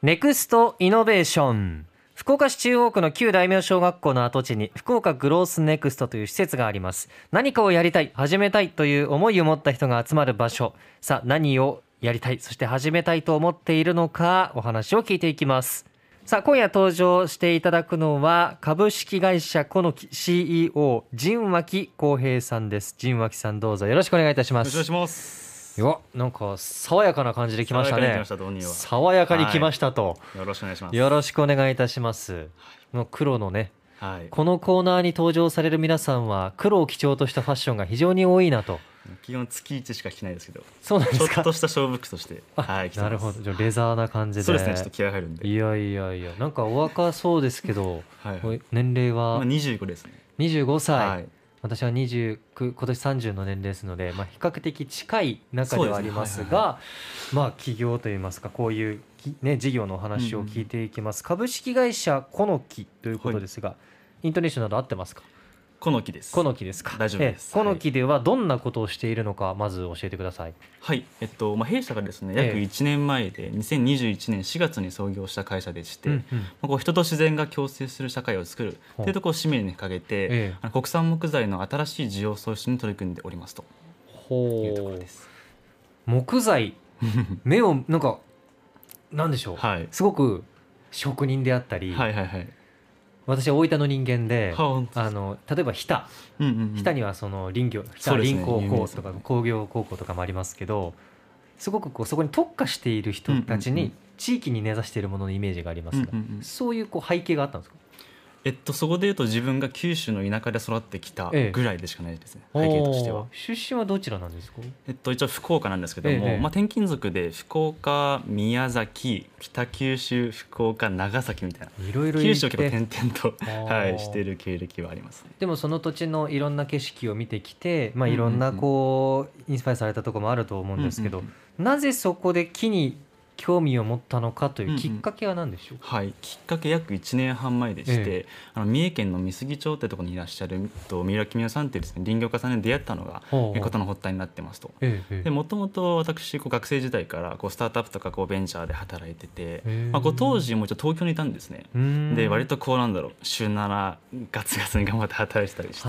ネクストイノベーション。福岡市中央区の旧大名小学校の跡地に福岡グロースネクストという施設があります。何かをやりたい、始めたいという思いを持った人が集まる場所。さあ、何をやりたい、そして始めたいと思っているのか、お話を聞いていきます。さあ、今夜登場していただくのは株式会社このき CEO 陣脇浩平さんです。陣脇さん、どうぞよろしくお願いいたします。 よろしくお願いします。 よ、なんか爽やかな感じで来ましたね。爽やかに来ましたと、 よろしくお願いします。 よろしくお願いいたします。の黒のね、 はい、 このコーナーに登場される皆さんは黒を基調としたファッションが非常に多いなと。 基本月1しか着ないですけど、 そうなんですか。 ちょっとした勝負服として、はい、着てます。 なるほど。じゃあレザーな感じで。 そうですね、ちょっと気合入るんで。 いやいやいや、なんかお若そうですけどはい、 年齢は、 25ですね。 25歳、 はい、 私は29、今年30の年齢ですので、比較的近い中ではありますが、企業といいますか、こういう、ね、事業のお話を聞いていきます。株式会社このきということですが、イントネーションなど合ってますか？ このきです。 このきですか？ 大丈夫です。 このきではどんなことをしているのか、まず教えてください。 はい、弊社がですね、約1年前で2021年4月に創業した会社でして、こう人と自然が共生する社会を作るというところを使命に掲げて、国産木材の新しい需要創出に取り組んでおりますというところです。 木材目をなんでしょう、 はい、 すごく職人であったり、私は大分の人間で、例えば日田にはその林高校とか工業高校とかもありますけど、すごくこうそこに特化している人たちに地域に根ざしているもののイメージがありますが、そういう背景があったんですか？ そこでいうと自分が九州の田舎で育ってきたぐらいでしかないですね、背景としては。 出身はどちらなんですか？ 一応福岡なんですけども、転勤族で福岡、宮崎、北九州、福岡、長崎みたいな、 いろいろ九州を結構転々としている経歴はありますね。 でもその土地のいろんな景色を見てきて、いろんなこうインスパイアされたところもあると思うんですけど、なぜそこで木に興味を持ったのかというきっかけは何でしょうか？ きっかけ約1年半前でして、三重県の美杉町というところにいらっしゃる三浦公代さんというですね、林業家さんに出会ったのがことの発端になってますと。もともと私学生時代からスタートアップとかベンチャーで働いてて、当時も東京にいたんですね。で割と週7ガツガツに頑張って働いてたりして、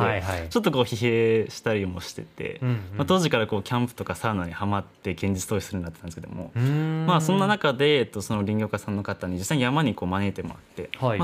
ちょっと疲弊したりもしてて、当時からキャンプとかサウナにはまって現実逃避するようになってたんですけども、そんな中で、その林業家さんの方に実際に山に招いてもらって、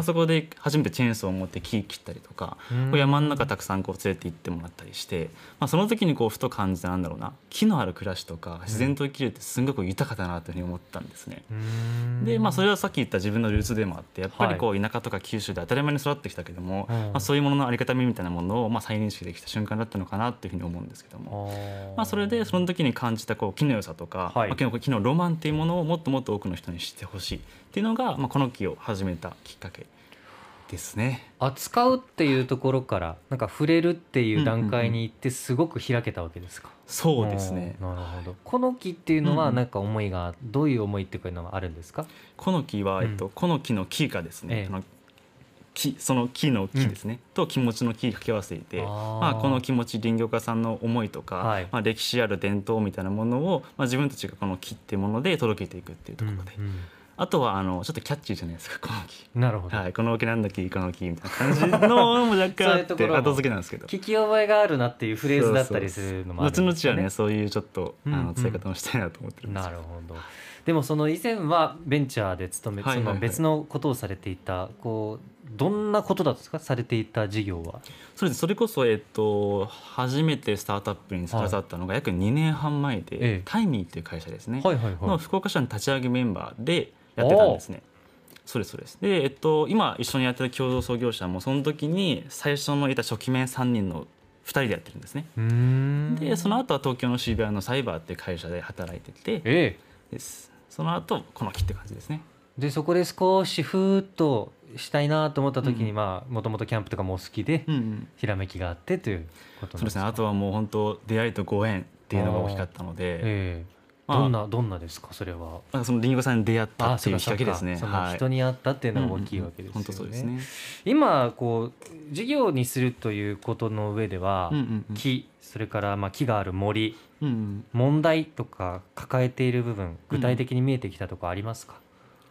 そこで初めてチェーンソーを持って木切ったりとか、山の中たくさん連れて行ってもらったりして、その時にふと感じた木のある暮らしとか自然と生きるってすごく豊かだなというふうに思ったんですね。で、それはさっき言った自分のルーツでもあって、やっぱり田舎とか九州で当たり前に育ってきたけども、そういうもののあり方みたいなものを再認識できた瞬間だったのかなというふうに思うんですけども、それでその時に感じた木の良さとか、木のロマンっていうものをもっともっと多くの人に知ってほしいっていうのが、この木を始めたきっかけですね。 扱うっていうところから触れるっていう段階に行ってすごく開けたわけですか？ そうですね。 なるほど。この木っていうのは思いが、どういう思いっていうのはあるんですか？ この木は、この木の木がですね、その木の木ですね、と気持ちの木掛け合わせていて、この気持ち、林業家さんの思いとか、歴史ある伝統みたいなものを、自分たちがこの木っていうもので届けていくっていうところで、あとはちょっとキャッチーじゃないですか、この木。 なるほど。 この木なんだ木、この木みたいな感じのも若干あって後付けなんですけど、 聞き覚えがあるなっていうフレーズだったりするのもあるんですかね。 後々はね、そういうちょっと使い方もしたいなと思ってるんです。 なるほど。でもその以前はベンチャーで勤め、その別のことをされていた、どんなことだったんですか、されていた事業は？ それこそ、初めてスタートアップに携わったのが約2年半前で、タイミーという会社ですね、の福岡社の立ち上げメンバーでやってたんですね。そうですで、今一緒にやってる共同創業者もその時に最初のいた初期面3人の2人でやってるんですね。でその後は東京の渋谷のサイバーっていう会社で働いてて、その後この木って感じですね。 でそこで少しふーっとしたいなと思った時に、もともとキャンプとかもお好きで、ひらめきがあってということなんですか？そうですね。 あとはもう本当出会いとご縁っていうのが大きかったので、 どんなですかそれは？ そのりんごさんに出会ったっていうきっかけですね。 その人に会ったっていうのが大きいわけですよね。 本当そうですね。 今事業にするということの上では、木、それから木がある森、問題とか抱えている部分、具体的に見えてきたところありますか？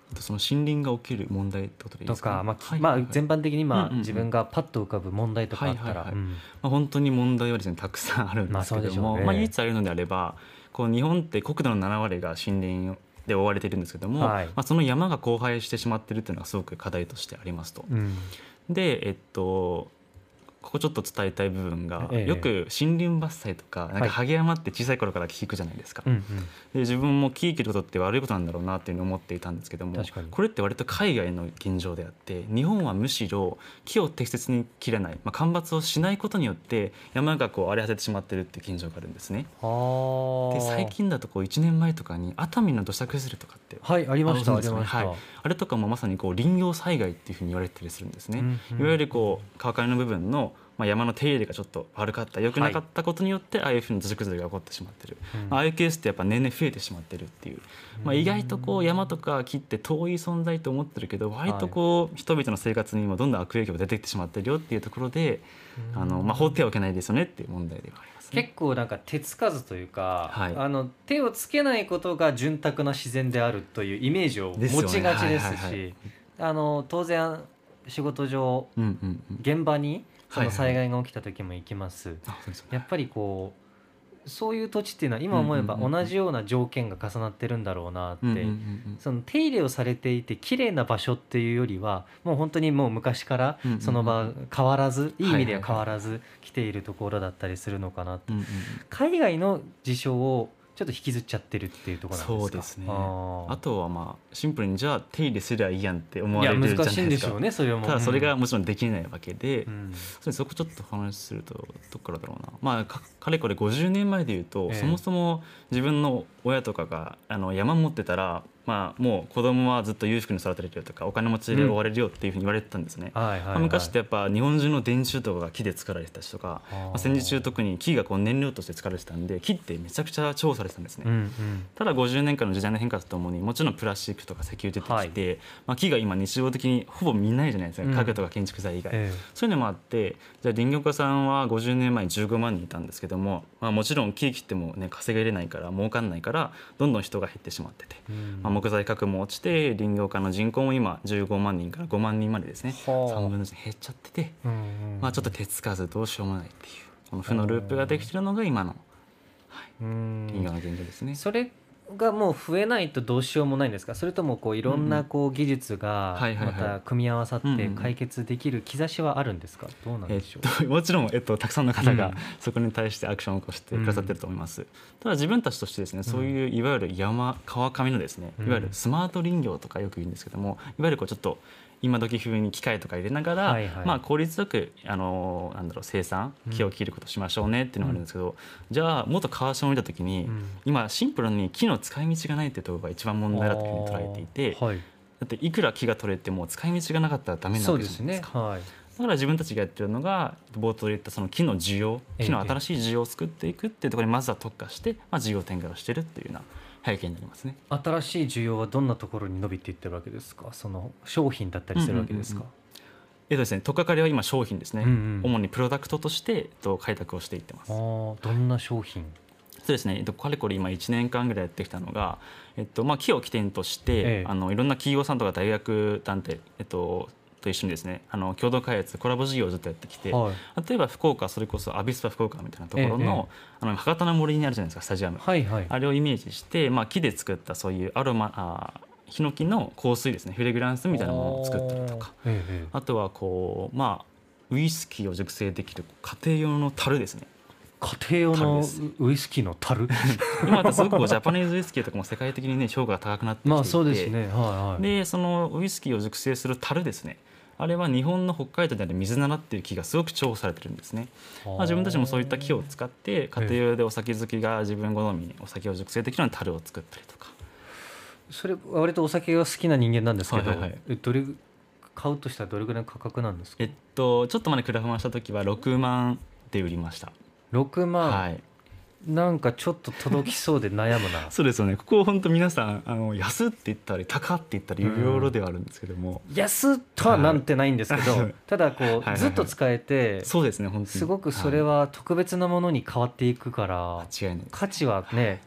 その森林が起きる問題ってことでいいですか、 とか、全般的に自分がパッと浮かぶ問題とかあったら、 本当に問題はですねたくさんあるんですけども、唯一あるのであればこう日本って国土の7割が森林で覆われているんですけども、その山が荒廃してしまっているというのがすごく課題としてありますと。でここちょっと伝えたい部分が、よく森林伐採とかハゲ山って小さい頃から聞くじゃないですか、で自分も木切ることって悪いことなんだろうなっていうふうに思っていたんですけども、これって割と海外の現状であって、日本はむしろ木を適切に切らない、間伐をしないことによって山がこう荒れ果ててしまっているっていう現状があるんですね。で最近だと1年前とかに熱海の土砂崩れとかってありました、 あれとかもまさに林業災害っていうふうに言われてたりするんですね。いわゆる川上の部分の山の手入れがちょっと悪かった、良くなかったことによって、ああいうふうに土砂崩れが起こってしまっている、ああいうケースってやっぱ年々増えてしまっているっていう、意外と山とか木って遠い存在と思ってるけど、割と人々の生活にもどんどん悪影響が出てきてしまっているよっていうところで、放ってはおけないですよねっていう問題ではありますね。 結構手つかずというか、手をつけないことが潤沢な自然であるというイメージを持ちがちですし、当然仕事上、現場にその災害が起きた時も行きます、やっぱりそういう土地っていうのは今思えば同じような条件が重なってるんだろうなって、その手入れをされていて綺麗な場所っていうよりはもう本当にもう昔からその場変わらず、いい意味では変わらず来ているところだったりするのかなと、海外の事象をちょっと引きずっちゃってるっていうところなんですか。 そうですね。あとはシンプルにじゃあ手入れすりゃいいやんって思われるじゃないですか。 難しいんでしょうね、それはもう。 ただそれがもちろんできないわけで、そこちょっとお話しするとどこからだろうな、かれこれ50年前でいうと、そもそも自分の親とかが山持ってたら、もう子供はずっと裕福に育てれるよとかお金持ちで追われるよっていうふうに言われてたんですね。昔ってやっぱ日本中の電柱とかが木で作られてたしとか、戦時中特に木が燃料として使われてたんで、木ってめちゃくちゃ重宝されてたんですね。ただ50年間の時代の変化とともにもちろんプラスチックとか石油出てきて、木が今日常的にほぼ見ないじゃないですか、家具とか建築材以外、そういうのもあって、じゃあ林業家さんは50年前に15万人いたんですけども、もちろん木切ってもね稼げれないから儲かんないからどんどん人が減ってしまってて、木材価格も落ちて林業家の人口も今15万人から5万人までですね、3分の1減っちゃってて、ちょっと手つかずどうしようもないっていうこの負のループができてるのが今の、林業の現状ですね。 それがもう増えないとどうしようもないんですか。それともいろんな技術がまた組み合わさって解決できる兆しはあるんですか。どうなんでしょう。 もちろん、たくさんの方がそこに対してアクションを起こしてくださってると思います。ただ自分たちとしてですね、そういういわゆる川上のですね、いわゆるスマート林業とかよく言うんですけども、いわゆるちょっと今時風に機械とか入れながら、効率よく生産木を切ることしましょうねっていうのがあるんですけど、じゃあもっと川下を見た時に、今シンプルに木の使い道がないっていうところが一番問題だというふうに捉えていて、だっていくら木が取れても使い道がなかったらダメなわけじゃないですか。だから自分たちがやってるのが冒頭で言ったその木の需要、木の新しい需要を作っていくっていうところにまずは特化して、事業展開をしてるっていうような背景になりますね。 新しい需要はどんなところに伸びていってるわけですか。その商品だったりするわけですか。 ですね、取っかかりは今商品ですね、主にプロダクトとして開拓をしていってます。 どんな商品。 そうですね、かれこれ今1年間ぐらいやってきたのが、木を起点として、いろんな企業さんとか大学団体、と一緒にですね、共同開発コラボ事業をずっとやってきて、例えば福岡、それこそアビスパ福岡みたいなところの、博多の森にあるじゃないですかスタジアム、あれをイメージして、木で作ったそういうヒノキの香水ですね、フレグランスみたいなものを作ったりとか、あとはウイスキーを熟成できる家庭用の樽ですね。 家庭用のウイスキーの樽今ってすごくジャパニーズウイスキーとかも世界的にね評価が高くなってきていて、 そうですね、 でそのウイスキーを熟成する樽ですね、あれは日本の北海道である水菜っていう木がすごく重宝されてるんですね。自分たちもそういった木を使って家庭用でお酒好きが自分好みにお酒を熟成できるような樽を作ったりとか。 それ割とお酒が好きな人間なんですけど、どれ買うとしたらどれぐらいの価格なんですか。 ちょっと前にクラファンした時は6万で売りました。 6万、なんかちょっと届きそうで悩むなそうですよね。ここ本当皆さん安って言ったり高って言ったり有料ではあるんですけども、 安とはなんてないんですけど、ただずっと使えて、 そうですね、本当にすごくそれは特別なものに変わっていくから、 間違いない、 価値はね、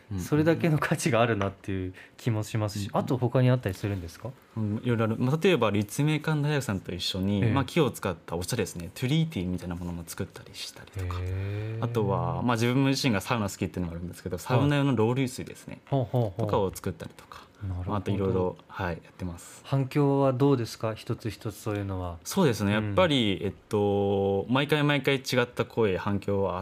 それだけの価値があるなっていう気もしますし、あと他にあったりするんですか？ いろいろある、例えば立命館大学さんと一緒に、木を使ったお茶ですね、トゥリーティーみたいなものも作ったりしたりとか、あとは、自分自身がサウナ好きっていうのがあるんですけど、サウナ用のロウリュ水ですね、とかを作ったりとか、あといろいろやってます。 反響はどうですか？一つ一つそういうのは。 そうですね、やっぱり、毎回毎回違った声反響はあって、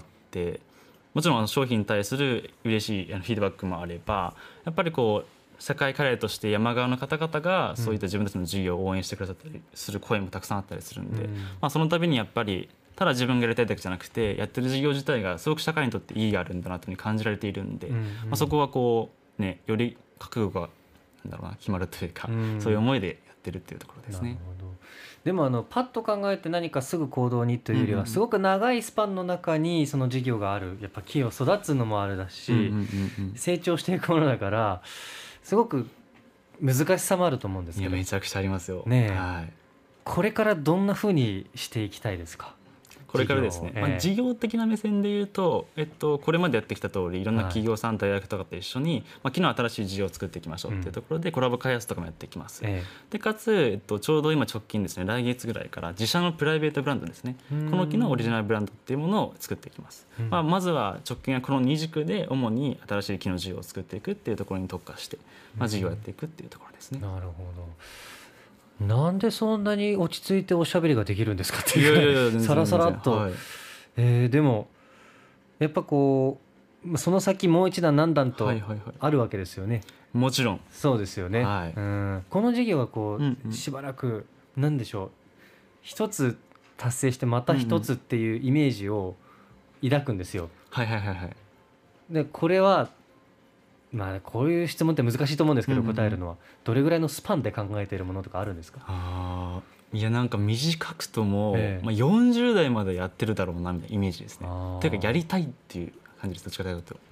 もちろん商品に対する嬉しいフィードバックもあれば、やっぱりこう社会課題として山側の方々がそういった自分たちの事業を応援してくださったりする声もたくさんあったりするんで、その度にやっぱりただ自分がやりたいだけじゃなくて、やってる事業自体がすごく社会にとって意義があるんだなというふうに感じられているんで、そこはこうね、より覚悟が決まるというか、そういう思いでやってるっていうところですね。 なるほど。でもパッと考えて何かすぐ行動にというよりは、すごく長いスパンの中にその事業がある。やっぱ木を育つのもあるだし、成長していくものだからすごく難しさもあると思うんですけど。 いや、めちゃくちゃありますよね。これからどんな風にしていきたいですか？ これからですね、事業的な目線でいうと、これまでやってきた通りいろんな企業さん、大学とかと一緒に、昨日新しい事業を作っていきましょうっていうところで、コラボ開発とかもやっていきます。でかつ、ちょうど今直近ですね、来月ぐらいから自社のプライベートブランドですね、この木のオリジナルブランドっていうものを作っていきます。まずは直近はこの2軸で主に新しい木の事業を作っていくっていうところに特化して、事業をやっていくっていうところですね。 なるほど。なんでそんなに落ち着いておしゃべりができるんですかっていうさらさらっと、でもやっぱこうその先もう一段何段とあるわけですよね。 もちろんそうですよね、この事業はこう、しばらく何でしょう、一つ達成してまた一つっていうイメージを抱くんですよ。でこれはこういう質問って難しいと思うんですけど、答えるのはどれぐらいのスパンで考えているものとかあるんですか？ いや、なんか短くとも、40代までやってるだろうなみたいなイメージですね。というかやりたいっていう感じです、どっちかというと。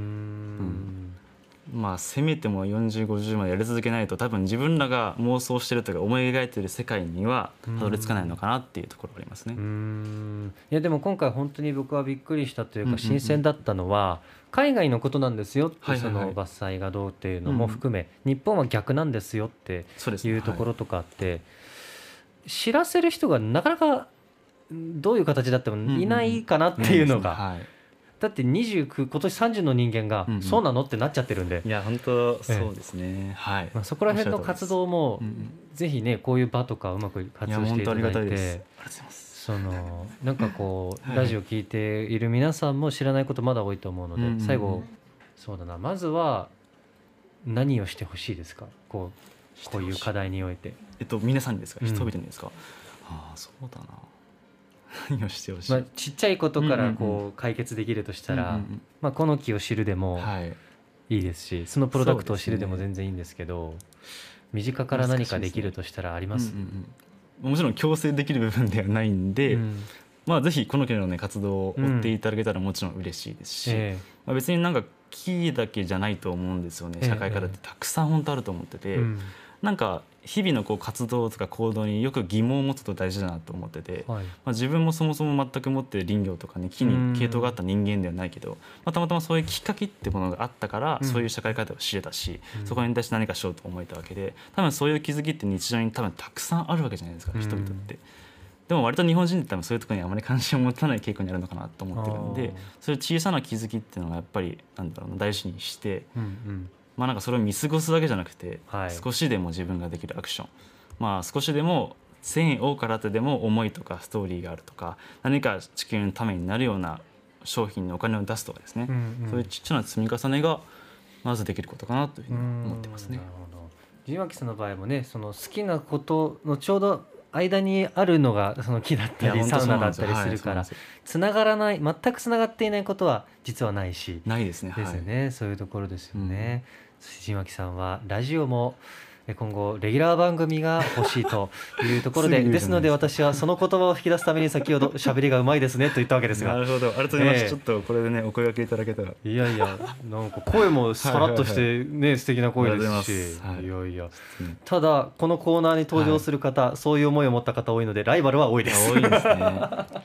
せめても40、50までやり続けないと、多分自分らが妄想してるというか思い描いている世界にはたどり着かないのかなっていうところがありますね。 いやでも今回本当に僕はびっくりしたというか新鮮だったのは、海外のことなんですよって、その伐採がどうっていうのも含め、日本は逆なんですよっていうところとかあって、知らせる人がなかなかどういう形だってもいないかなっていうのが、だって29、今年30の人間がそうなのってなっちゃってるんで。 いや本当そうですね。 そこら辺の活動もぜひね、こういう場とかうまく活用していただいて、なんかこうラジオ聞いている皆さんも知らないことまだ多いと思うので、最後そうだな、まずは何をしてほしいですか？こういう課題において。 皆さんにですか？人々にですか？そうだな、何をしてほしい、 ちっちゃいことからこう解決できるとしたら、この木を知るでもいいですし、そのプロダクトを知るでも全然いいんですけど、身近から何かできるとしたらあります？ もちろん強制できる部分ではないんで、ぜひこの木の、活動を追っていただけたらもちろん嬉しいですし、別になんか木だけじゃないと思うんですよね。社会課題ってたくさん本当あると思ってて、なんか日々のこう活動とか行動によく疑問を持つと大事だなと思ってて、自分もそもそも全く持ってる林業とかね、木に系統があった人間ではないけど、たまたまそういうきっかけってものがあったから、そういう社会課題を知れたし、そこに対して何かしようと思えたわけで、多分そういう気づきって日常に多分たくさんあるわけじゃないですか、人々って。でも割と日本人って多分そういうところにあまり関心を持たない傾向にあるのかなと思ってるんで、そういう小さな気づきっていうのがやっぱり大事にして、なんかそれを見過ごすだけじゃなくて、少しでも自分ができるアクション、少しでも1000円多からてでも思いとかストーリーがあるとか、何か地球のためになるような商品にお金を出すとかですね、そういうちっちゃな積み重ねがまずできることかなというふうに思ってますね。 陣脇さんの場合もね、その好きなことのちょうど間にあるのがその木だったりサウナだったりするから、つながらない、全くつながっていないことは実はないし、 ないですね。 ですよね、そういうところですよね。陣脇さんはラジオも今後レギュラー番組が欲しいというところでですので、私はその言葉を引き出すために先ほど喋りがうまいですねと言ったわけですが。 なるほど、ありがとうございます。ちょっとこれでねお声掛けいただけたら。 いやいや、なんか声もさらっとしてね、素敵な声ですし、いやいや、ただこのコーナーに登場する方、そういう思いを持った方多いのでライバルは多いです。 多いですね。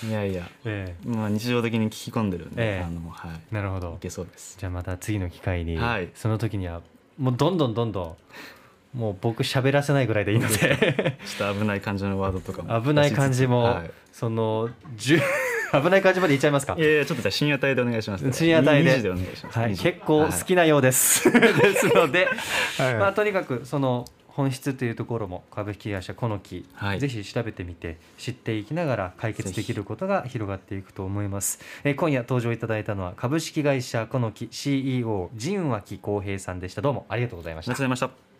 いやいや、まあ、日常的に聞き込んでるんで、はい、 なるほど。 いけそうです。 じゃあまた次の機会に、 はい、 その時にはもうどんどんもう僕喋らせないぐらいでいいのでちょっと危ない感じのワードとかも危ない感じも、はい、その危ない感じまで言っちゃいますか。 いやいや、ちょっとじゃあ深夜帯でお願いします、 深夜帯で 2時でお願いします、 はい、結構好きなようです、はい、ですので、まあ、とにかくその本質というところも株式会社このき、はい、ぜひ調べてみて知っていきながら解決できることが広がっていくと思います。今夜登場いただいたのは株式会社このき CEO 陣脇浩平さんでした。どうもありがとうございました。 ありがとうございました。